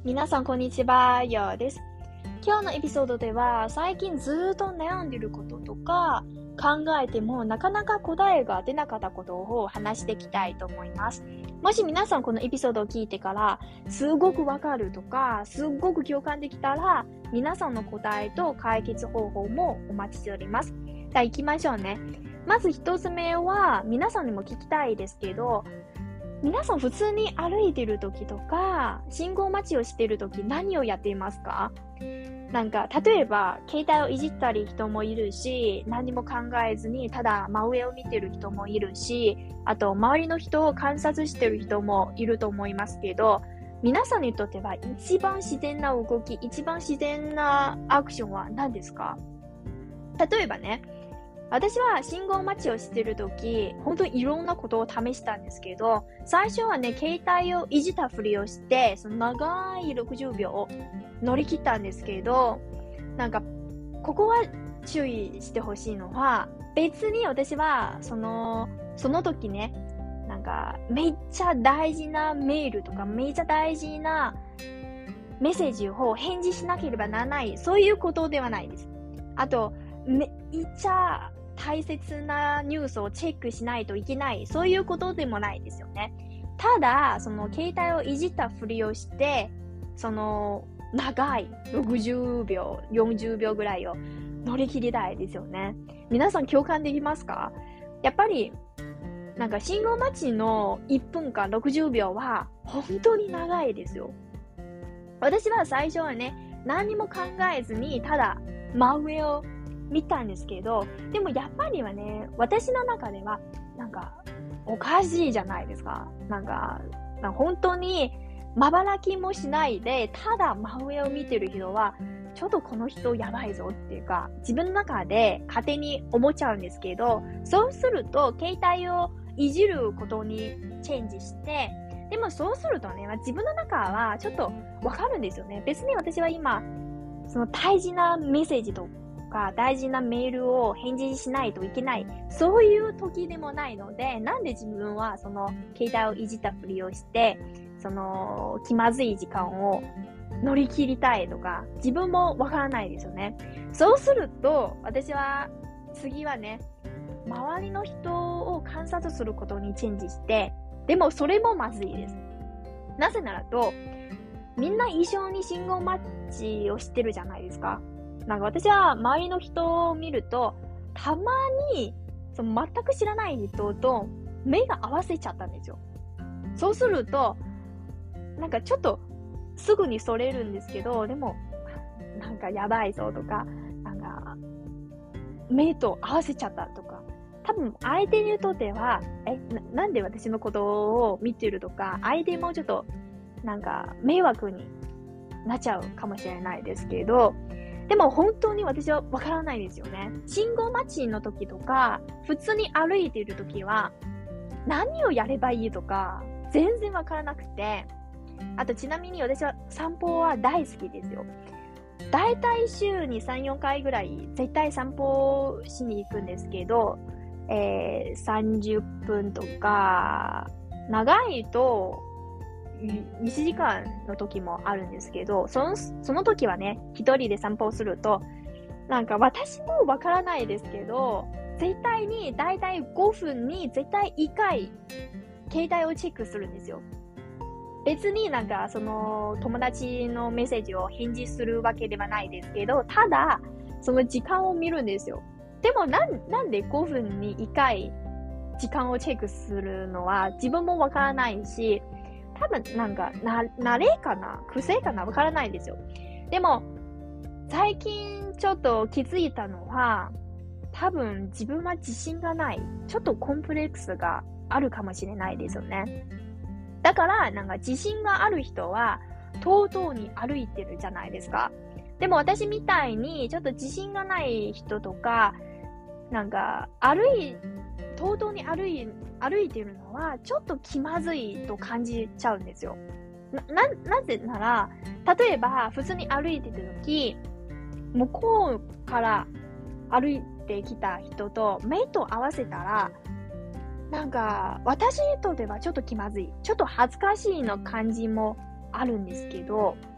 皆さんこんにちは、ようです。今日のエピソードでは最近ずっと悩んでいることとか考えてもなかなか答えが出なかったことを話していきたいと思います。もし皆さんこのエピソードを聞いてからすごくわかるとかすごく共感できたら皆さんの答えと解決方法もお待ちしております。じゃあ行きましょうね。まず一つ目は皆さんにも聞きたいですけど、皆さん普通に歩いてる時とか信号待ちをしてる時何をやっていますか？例えば携帯をいじったり人もいるし、何も考えずにただ真上を見てる人もいるし、あと周りの人を観察してる人もいると思いますけど、皆さんにとっては一番自然な動き、一番自然なアクションは何ですか？例えばね、私は信号待ちをしてるとき、本当にいろんなことを試したんですけど、最初はね、携帯をいじったふりをして、その長い60秒を乗り切ったんですけど、ここは注意してほしいのは、別に私は、その時ね、めっちゃ大事なメールとか、めっちゃ大事なメッセージを返事しなければならない、そういうことではないです。あと、めっちゃ大切なニュースをチェックしないといけない、そういうことでもないですよね。ただ、その携帯をいじったふりをして、その長い60秒、40秒ぐらいを乗り切りたいですよね。皆さん共感できますか？やっぱり、信号待ちの1分間60秒は本当に長いですよ。私は最初はね、何も考えずに、ただ真上を見たんですけど、でもやっぱりはね、私の中では、おかしいじゃないですか。本当に、まばらきもしないで、ただ真上を見てる人は、ちょっとこの人やばいぞっていうか、自分の中で勝手に思っちゃうんですけど、そうすると、携帯をいじることにチェンジして、でもそうするとね、自分の中はちょっとわかるんですよね。別に私は今、その大事なメッセージとか大事なメールを返事しないといけない、そういう時でもないので、なんで自分はその携帯をいじったふりをして、その気まずい時間を乗り切りたいとか、自分もわからないですよね。そうすると、私は次はね、周りの人を観察することにチェンジして、でもそれもまずいです。なぜならと、みんな一緒に信号待ちをしてるじゃないですか。私は周りの人を見ると、たまに全く知らない人と目が合わせちゃったんですよ。そうすると、ちょっとすぐにそれるんですけど、でも、やばいぞとか、目と合わせちゃったとか、多分相手にとっては、なんで私のことを見てるとか、相手もちょっと、迷惑になっちゃうかもしれないですけど、でも本当に私はわからないですよね。信号待ちの時とか、普通に歩いている時は、何をやればいいとか、全然わからなくて、あとちなみに私は散歩は大好きですよ。だいたい週に3、4回ぐらい絶対散歩しに行くんですけど、30分とか、長いと1時間の時もあるんですけど、その時はね、一人で散歩をすると、私もわからないですけど、絶対にだいたい5分に絶対1回携帯をチェックするんですよ。別にその友達のメッセージを返事するわけではないですけど、ただその時間を見るんですよ。でもなんで5分に1回時間をチェックするのは自分もわからないし、多分慣れかな癖かなわからないんですよ。でも、最近ちょっと気づいたのは、多分自分は自信がない。ちょっとコンプレックスがあるかもしれないですよね。だから、自信がある人は、とうとうに歩いてるじゃないですか。でも私みたいに、ちょっと自信がない人とか、とうとうに歩いてるのは、ちょっと気まずいと感じちゃうんですよ。なぜなら、例えば、普通に歩いてるとき、向こうから歩いてきた人と目と合わせたら、私にとってはちょっと気まずい。ちょっと恥ずかしいの感じもあるんですけど、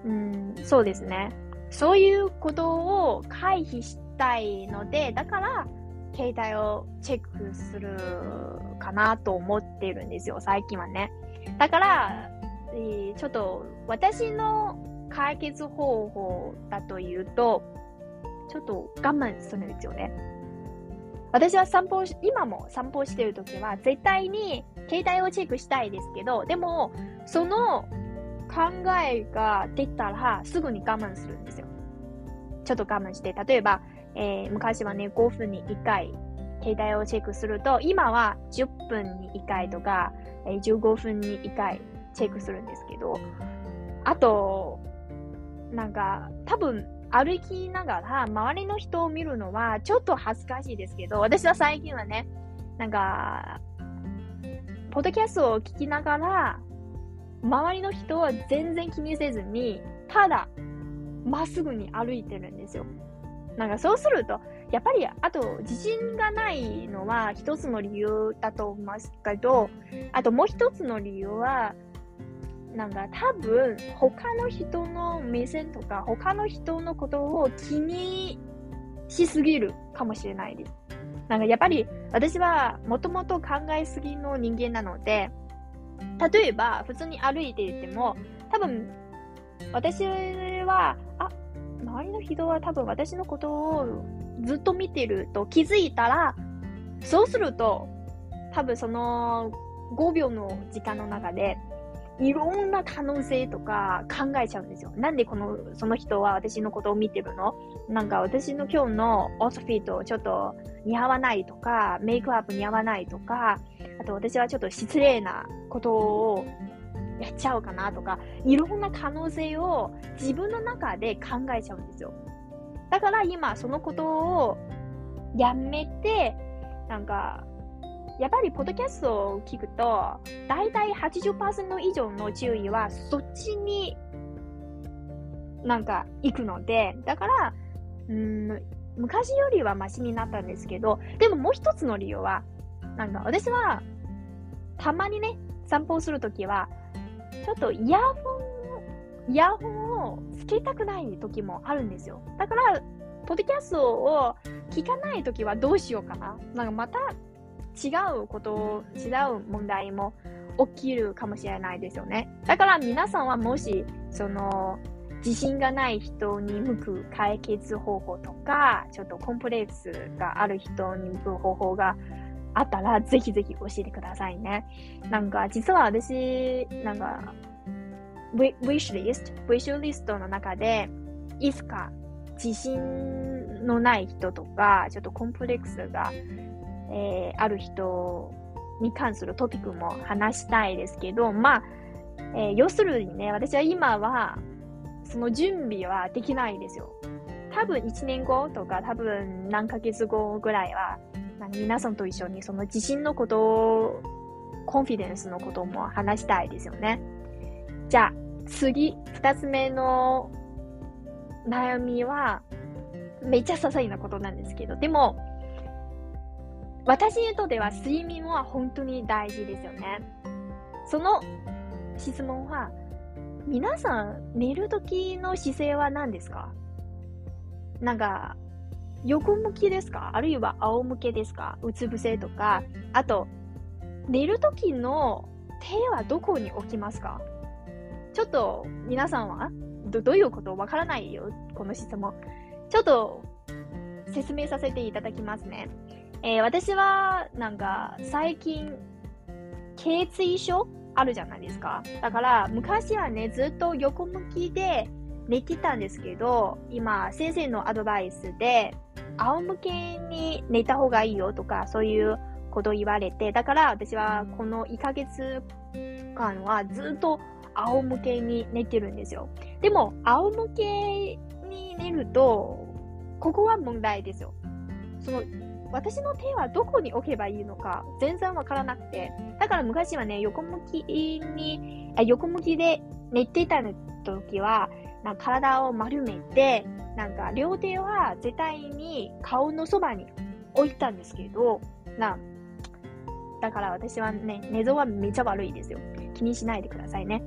そうですね。そういうことを回避したいので、だから、携帯をチェックするかなと思っているんですよ、最近はね。だから、ちょっと私の解決方法だというと、ちょっと我慢するんですよね。私は今も散歩してるときは絶対に携帯をチェックしたいですけど、でも、その考えが出たらすぐに我慢するんですよ。ちょっと我慢して、例えば、昔はね、5分に1回携帯をチェックすると、今は10分に1回とか、15分に1回チェックするんですけど、あと、なんか、多分、歩きながら周りの人を見るのはちょっと恥ずかしいですけど、私は最近はね、なんか、ポッドキャストを聞きながら、周りの人は全然気にせずに、ただ、まっすぐに歩いてるんですよ。なんかそうすると、やっぱり、あと、自信がないのは一つの理由だと思いますけど、あともう一つの理由は、なんか多分、他の人の目線とか、他の人のことを気にしすぎるかもしれないです。なんかやっぱり、私はもともと考えすぎの人間なので、例えば、普通に歩いていても、多分、私は、周りの人は多分私のことをずっと見てると気づいたら、そうすると、多分その5秒の時間の中で、いろんな可能性とか考えちゃうんですよ。なんでその人は私のことを見てるの？なんか私の今日のアウトフィットちょっと似合わないとか、メイクアップ似合わないとか、あと私はちょっと失礼なことをやっちゃうかなとか、いろんな可能性を自分の中で考えちゃうんですよ。だから今そのことをやめて、なんか、やっぱりポッドキャストを聞くと、だいたい 80% 以上の注意はそっちになんか行くので、だから、昔よりはマシになったんですけど、でももう一つの理由は、なんか私はたまにね、散歩するときは、ちょっとイヤホンをつけたくない時もあるんですよ。だから、ポッドキャストを聞かないときはどうしようかな。なんかまた違う問題も起きるかもしれないですよね。だから皆さんはもし、自信がない人に向く解決方法とか、ちょっとコンプレックスがある人に向く方法があったら、ぜひぜひ教えてくださいね。なんか、実は私、なんか、ウィッシュリストの中で、いつか自信のない人とか、ちょっとコンプレックスが、ある人に関するトピックも話したいですけど、要するにね、私は今は、その準備はできないんですよ。多分1年後とか、多分何ヶ月後ぐらいは、皆さんと一緒にその自信のことを、コンフィデンスのことも話したいですよね。じゃあ、次、2つ目の悩みは、めっちゃ些細なことなんですけど、でも、私にとっては睡眠は本当に大事ですよね。その質問は、皆さん寝るときの姿勢は何ですか？なんか、横向きですか？あるいは仰向けですか？うつ伏せとか。あと、寝るときの手はどこに置きますか？ちょっと皆さんはどういうことわからないよ、この質問。ちょっと説明させていただきますね。私はなんか最近頚椎症あるじゃないですか。だから昔はね、ずっと横向きで寝てたんですけど、今先生のアドバイスで仰向けに寝た方がいいよとか、そういうことを言われて、だから私はこの1ヶ月間はずっと仰向けに寝てるんですよ。でも仰向けに寝ると、ここは問題ですよ。私の手はどこに置けばいいのか全然わからなくて、だから昔はね、横向きで寝てた時は、なんか体を丸めて、なんか両手は絶対に顔のそばに置いたんですけど、だから私はね、寝相はめっちゃ悪いですよ。気にしないでくださいね。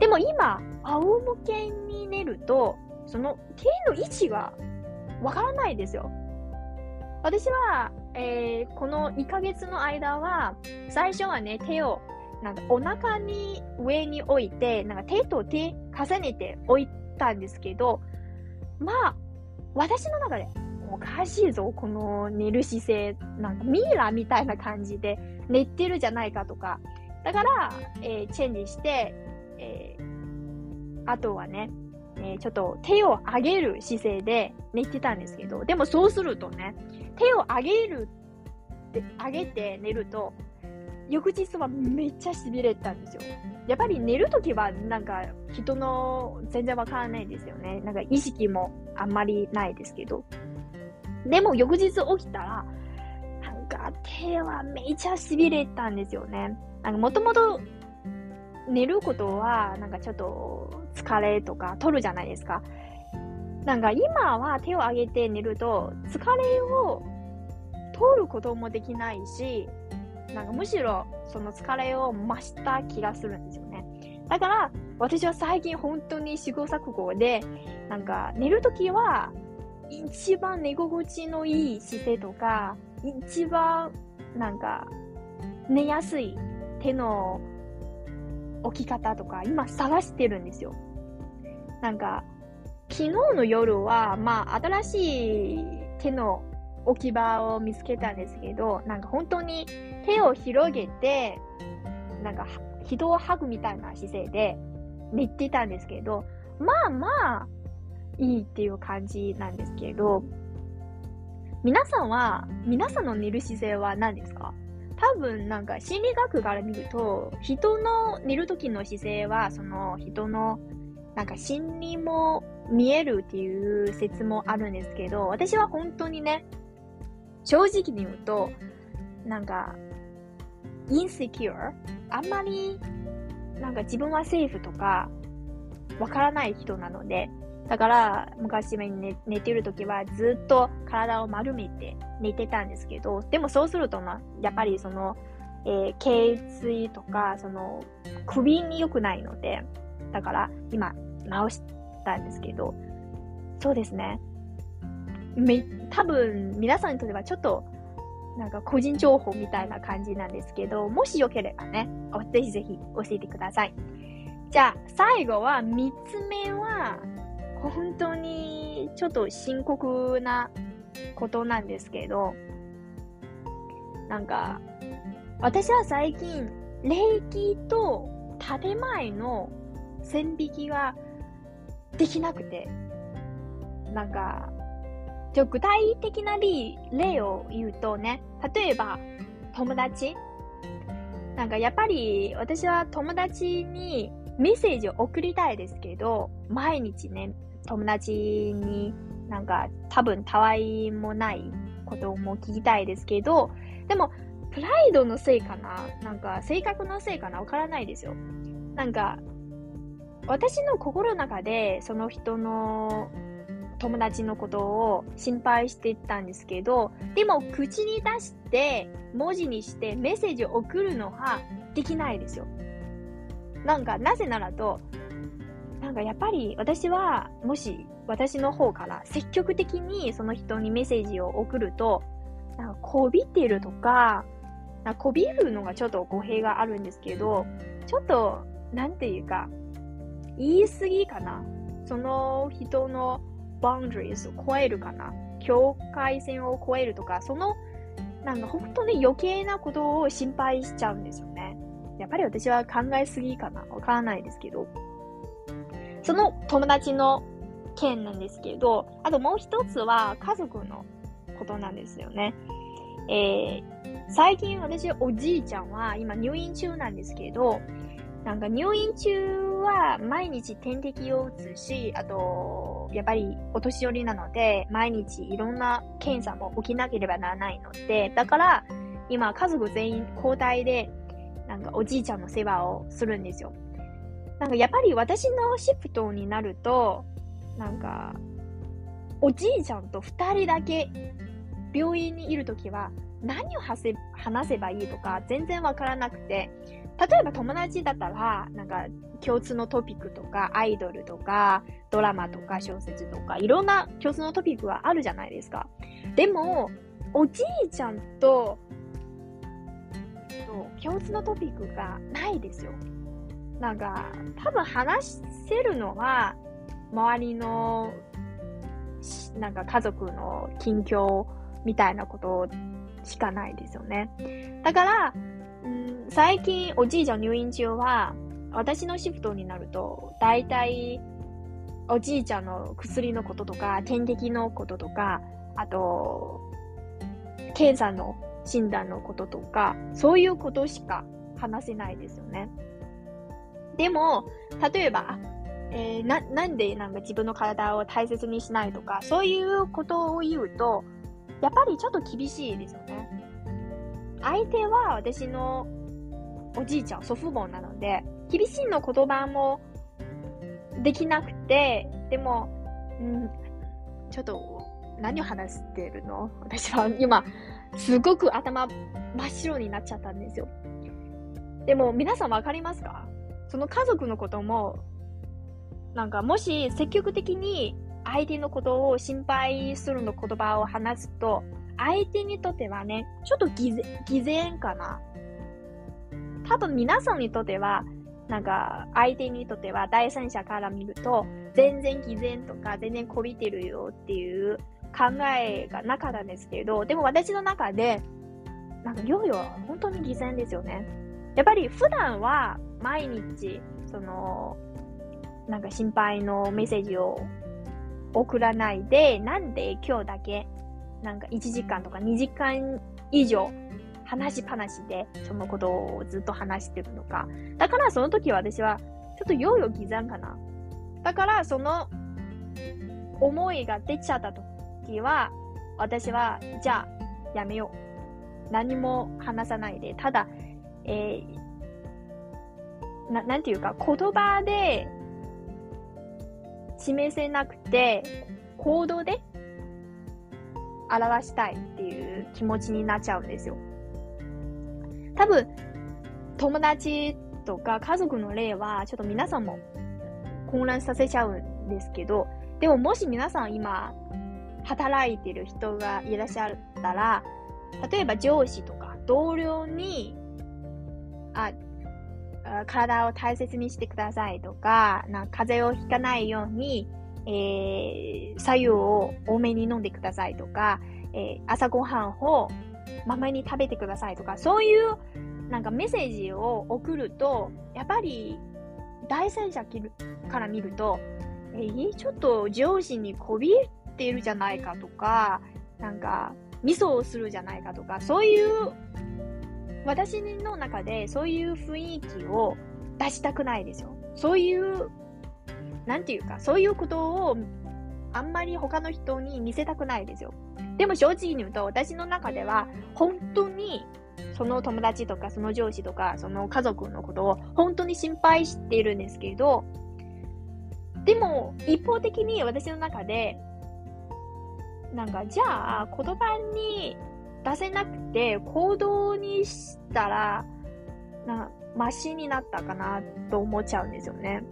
でも今、仰向けに寝ると、その手の位置がわからないですよ。私は、この1ヶ月の間は、最初はね、手をなんかお腹に上に置いて、なんか手と手重ねて置いたんですけど、まあ、私の中でおかしいぞ、この寝る姿勢。なんかミイラみたいな感じで寝てるじゃないかとか。だから、チェンジして、あとはね、ちょっと手を上げる姿勢で寝てたんですけど、でもそうするとね、手を上げて寝ると、翌日はめっちゃ痺れたんですよ。やっぱり寝るときはなんか人の全然わからないですよね。なんか意識もあんまりないですけど。でも翌日起きたら、なんか手はめっちゃ痺れたんですよね。なんかもともと寝ることはなんかちょっと疲れとか取るじゃないですか。なんか今は手を上げて寝ると疲れを取ることもできないし、なんかむしろその疲れを増した気がするんですよね。だから私は最近本当に試行錯誤で、なんか寝るときは一番寝心地のいい姿勢とか、一番なんか寝やすい手の置き方とか今探してるんですよ。なんか昨日の夜はまあ新しい手の置き場を見つけたんですけど、なんか本当に手を広げて、なんか人をハグみたいな姿勢で寝てたんですけど、まあまあいいっていう感じなんですけど、皆さんの寝る姿勢は何ですか？多分なんか心理学から見ると、人の寝る時の姿勢はその人のなんか心理も見えるっていう説もあるんですけど、私は本当にね、正直に言うと、なんか、insecure? あんまり、なんか自分はセーフとか、わからない人なので、だから、昔は寝てるときはずっと体を丸めて寝てたんですけど、でもそうするとやっぱりその、頸椎とか、その、首に良くないので、だから今、直したんですけど、そうですね。多分皆さんにとってはちょっとなんか個人情報みたいな感じなんですけど、もしよければね、ぜひぜひ教えてください。じゃあ最後は3つ目は本当にちょっと深刻なことなんですけど、なんか私は最近霊気と建前の線引きができなくて、なんか具体的な例を言うとね、例えば友達、なんかやっぱり私は友達にメッセージを送りたいですけど、毎日ね、友達になんか多分たわいもないことも聞きたいですけど、でもプライドのせいかな、なんか性格のせいかな、わからないですよ。なんか私の心の中でその人の友達のことを心配していたんですけど、でも口に出して文字にしてメッセージを送るのはできないですよ。なんかなぜならと、なんかやっぱり私はもし私の方から積極的にその人にメッセージを送ると、なんかこびっているとか、なんかこびるのがちょっと語弊があるんですけど、ちょっとなんていうか言い過ぎかな。その人のboundaries を超えるかな、境界線を超えるとか、そのなんか本当に余計なことを心配しちゃうんですよね。やっぱり私は考えすぎかな、わからないですけど、その友達の件なんですけど、あともう一つは家族のことなんですよね。最近私おじいちゃんは今入院中なんですけど、なんか入院中は毎日点滴を打つし、あとやっぱりお年寄りなので毎日いろんな検査も受けなければならないので、だから今家族全員交代でなんかおじいちゃんの世話をするんですよ。なんかやっぱり私のシフトになると、なんかおじいちゃんと2人だけ病院にいるときは何を話せばいいとか全然わからなくて、 例えば友達だったら、なんか共通のトピックとか、アイドルとか、ドラマとか小説とか、いろんな共通のトピックはあるじゃないですか。でも、おじいちゃんと共通のトピックがないですよ。なんか、多分話せるのは、周りの、なんか家族の近況みたいなことしかないですよね。だから、最近おじいちゃん入院中は、私のシフトになると、だいたいおじいちゃんの薬のこととか、点滴のこととか、あと、検査の診断のこととか、そういうことしか話せないですよね。でも、例えば、なんでなんか自分の体を大切にしないとか、そういうことを言うと、やっぱりちょっと厳しいですよね。相手は私のおじいちゃん、祖父母なので、厳しいの言葉もできなくて、でも、ちょっと何を話してるの？私は今、すごく頭真っ白になっちゃったんですよ。でも皆さんわかりますか？その家族のことも、なんかもし積極的に相手のことを心配するの言葉を話すと、相手にとってはね、ちょっと偽善かな。多分皆さんにとっては、なんか相手にとっては第三者から見ると、全然偽善とか全然こびてるよっていう考えがなかったんですけど、でも私の中で、なんかヨーヨーは本当に偽善ですよね。やっぱり普段は毎日、なんか心配のメッセージを送らないで、なんで今日だけ、なんか1時間とか2時間以上話しっぱなしでそのことをずっと話してるのか。だからその時は私はちょっとヨーヨー偽善かな。だからその思いが出ちゃった時は、私はじゃあやめよう。何も話さないで、ただ、なんていうか言葉で示せなくて行動で表したいっていう気持ちになっちゃうんですよ。多分友達とか家族の例はちょっと皆さんも混乱させちゃうんですけど、でももし皆さん今働いてる人がいらっしゃったら、例えば上司とか同僚に体を大切にしてくださいとか、風邪をひかないように、白湯を多めに飲んでくださいとか、朝ごはんをまめに食べてくださいとか、そういうなんかメッセージを送ると、やっぱり第三者から見ると、ちょっと上司にこびっているじゃないかとか、なんかミスをするじゃないかとか、そういう私の中でそういう雰囲気を出したくないですよ。そういう、なんていうか、そういうことをあんまり他の人に見せたくないですよ。でも正直に言うと、私の中では本当にその友達とかその上司とかその家族のことを本当に心配しているんですけど、でも一方的に私の中で、なんかじゃあ言葉に出せなくて行動にしたらマシになったかなと思っちゃうんですよね。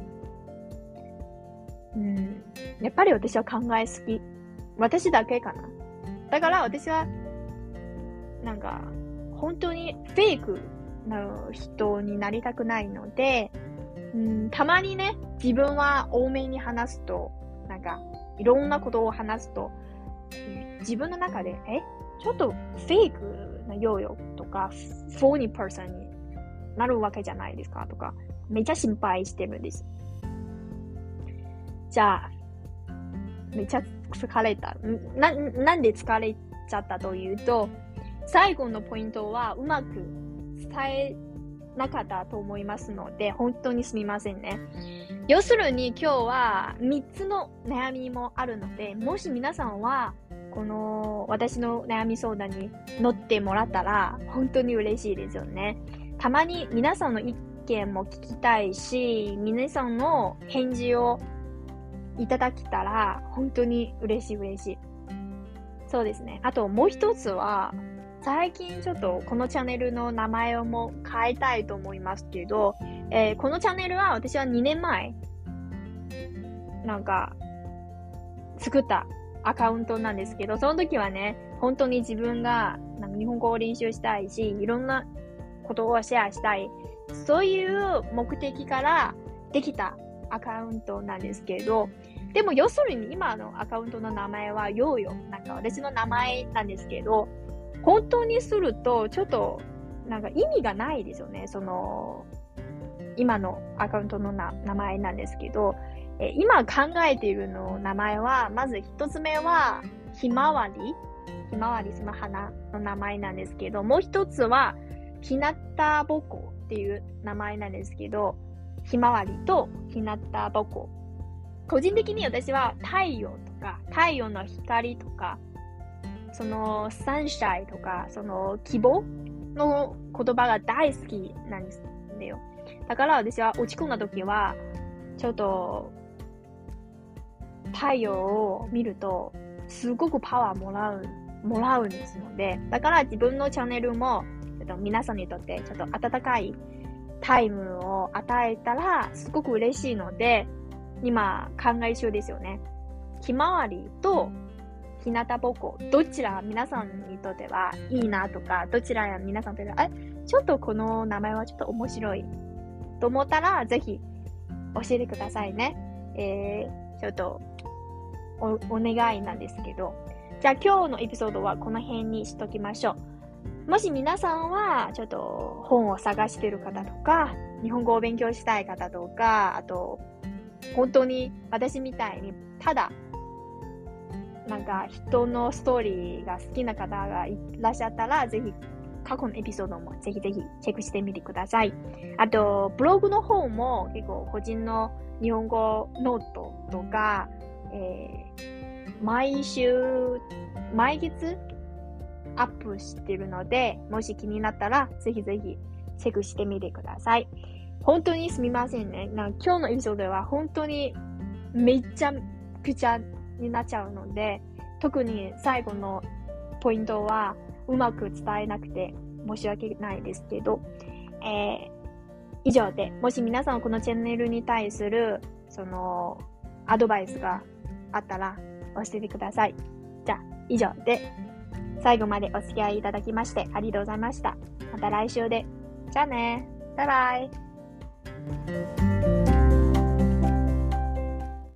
やっぱり私は考えすぎ。私だけかな。だから私はなんか本当にフェイクな人になりたくないので、たまにね、自分は多めに話すと、なんかいろんなことを話すと、自分の中でちょっとフェイクなヨーヨーとか、フォーニーパーソンになるわけじゃないですかとか、めっちゃ心配してるんです。じゃあ、めっちゃ疲れた。なんで疲れちゃったというと、最後のポイントはうまく伝えなかったと思いますので、本当にすみませんね。要するに今日は3つの悩みもあるので、もし皆さんはこの私の悩み相談に乗ってもらったら本当に嬉しいですよね。たまに皆さんの意見も聞きたいし、皆さんの返事をいただけたら本当に嬉しい。そうですね。あともう一つは、 最近ちょっとこのチャンネルの名前をも変えたいと思いますけど、このチャンネルは私は2年前、作ったアカウントなんですけど、その時はね、本当に自分が日本語を練習したいし、いろんなことをシェアしたい。そういう目的からできたアカウントなんですけど、でも要するに今のアカウントの名前はヨーヨー。私の名前なんですけど、本当にするとちょっと意味がないですよね。今のアカウントの名前なんですけど、今考えているの名前は、まず一つ目はひまわりその花の名前なんですけど、もう一つはひなたぼこっていう名前なんですけど、ひまわりとひなたぼこ。個人的に私は太陽とか、太陽の光とか、そのサンシャインとか、その希望の言葉が大好きなんですよ。だから私は落ち込んだ時は、ちょっと太陽を見ると、すごくパワーもらうんですので、だから自分のチャンネルも、ちょっと皆さんにとってちょっと温かいタイムを与えたら、すごく嬉しいので、今考え中ですよね。ひまわりとひなたぼこ、どちら皆さんにとってはいいなとか、どちら皆さんにとっては、ちょっとこの名前はちょっと面白いと思ったら、ぜひ教えてくださいね。ちょっとお願いなんですけど。じゃあ今日のエピソードはこの辺にしときましょう。もし皆さんはちょっと本を探している方とか、日本語を勉強したい方とか、あと、本当に私みたいにただ人のストーリーが好きな方がいらっしゃったら、ぜひ過去のエピソードもぜひぜひチェックしてみてください。あと、ブログの方も結構個人の日本語ノートとか、毎月アップしてるので、もし気になったらぜひぜひチェックしてみてください。本当にすみませんね。今日のエピソードは本当にめちゃくちゃになっちゃうので、特に最後のポイントはうまく伝えなくて申し訳ないですけど、以上で、もし皆さんこのチャンネルに対するそのアドバイスがあったら教えてください。じゃあ以上で、最後までお付き合いいただきましてありがとうございました。また来週で。じゃあね。バイバイ。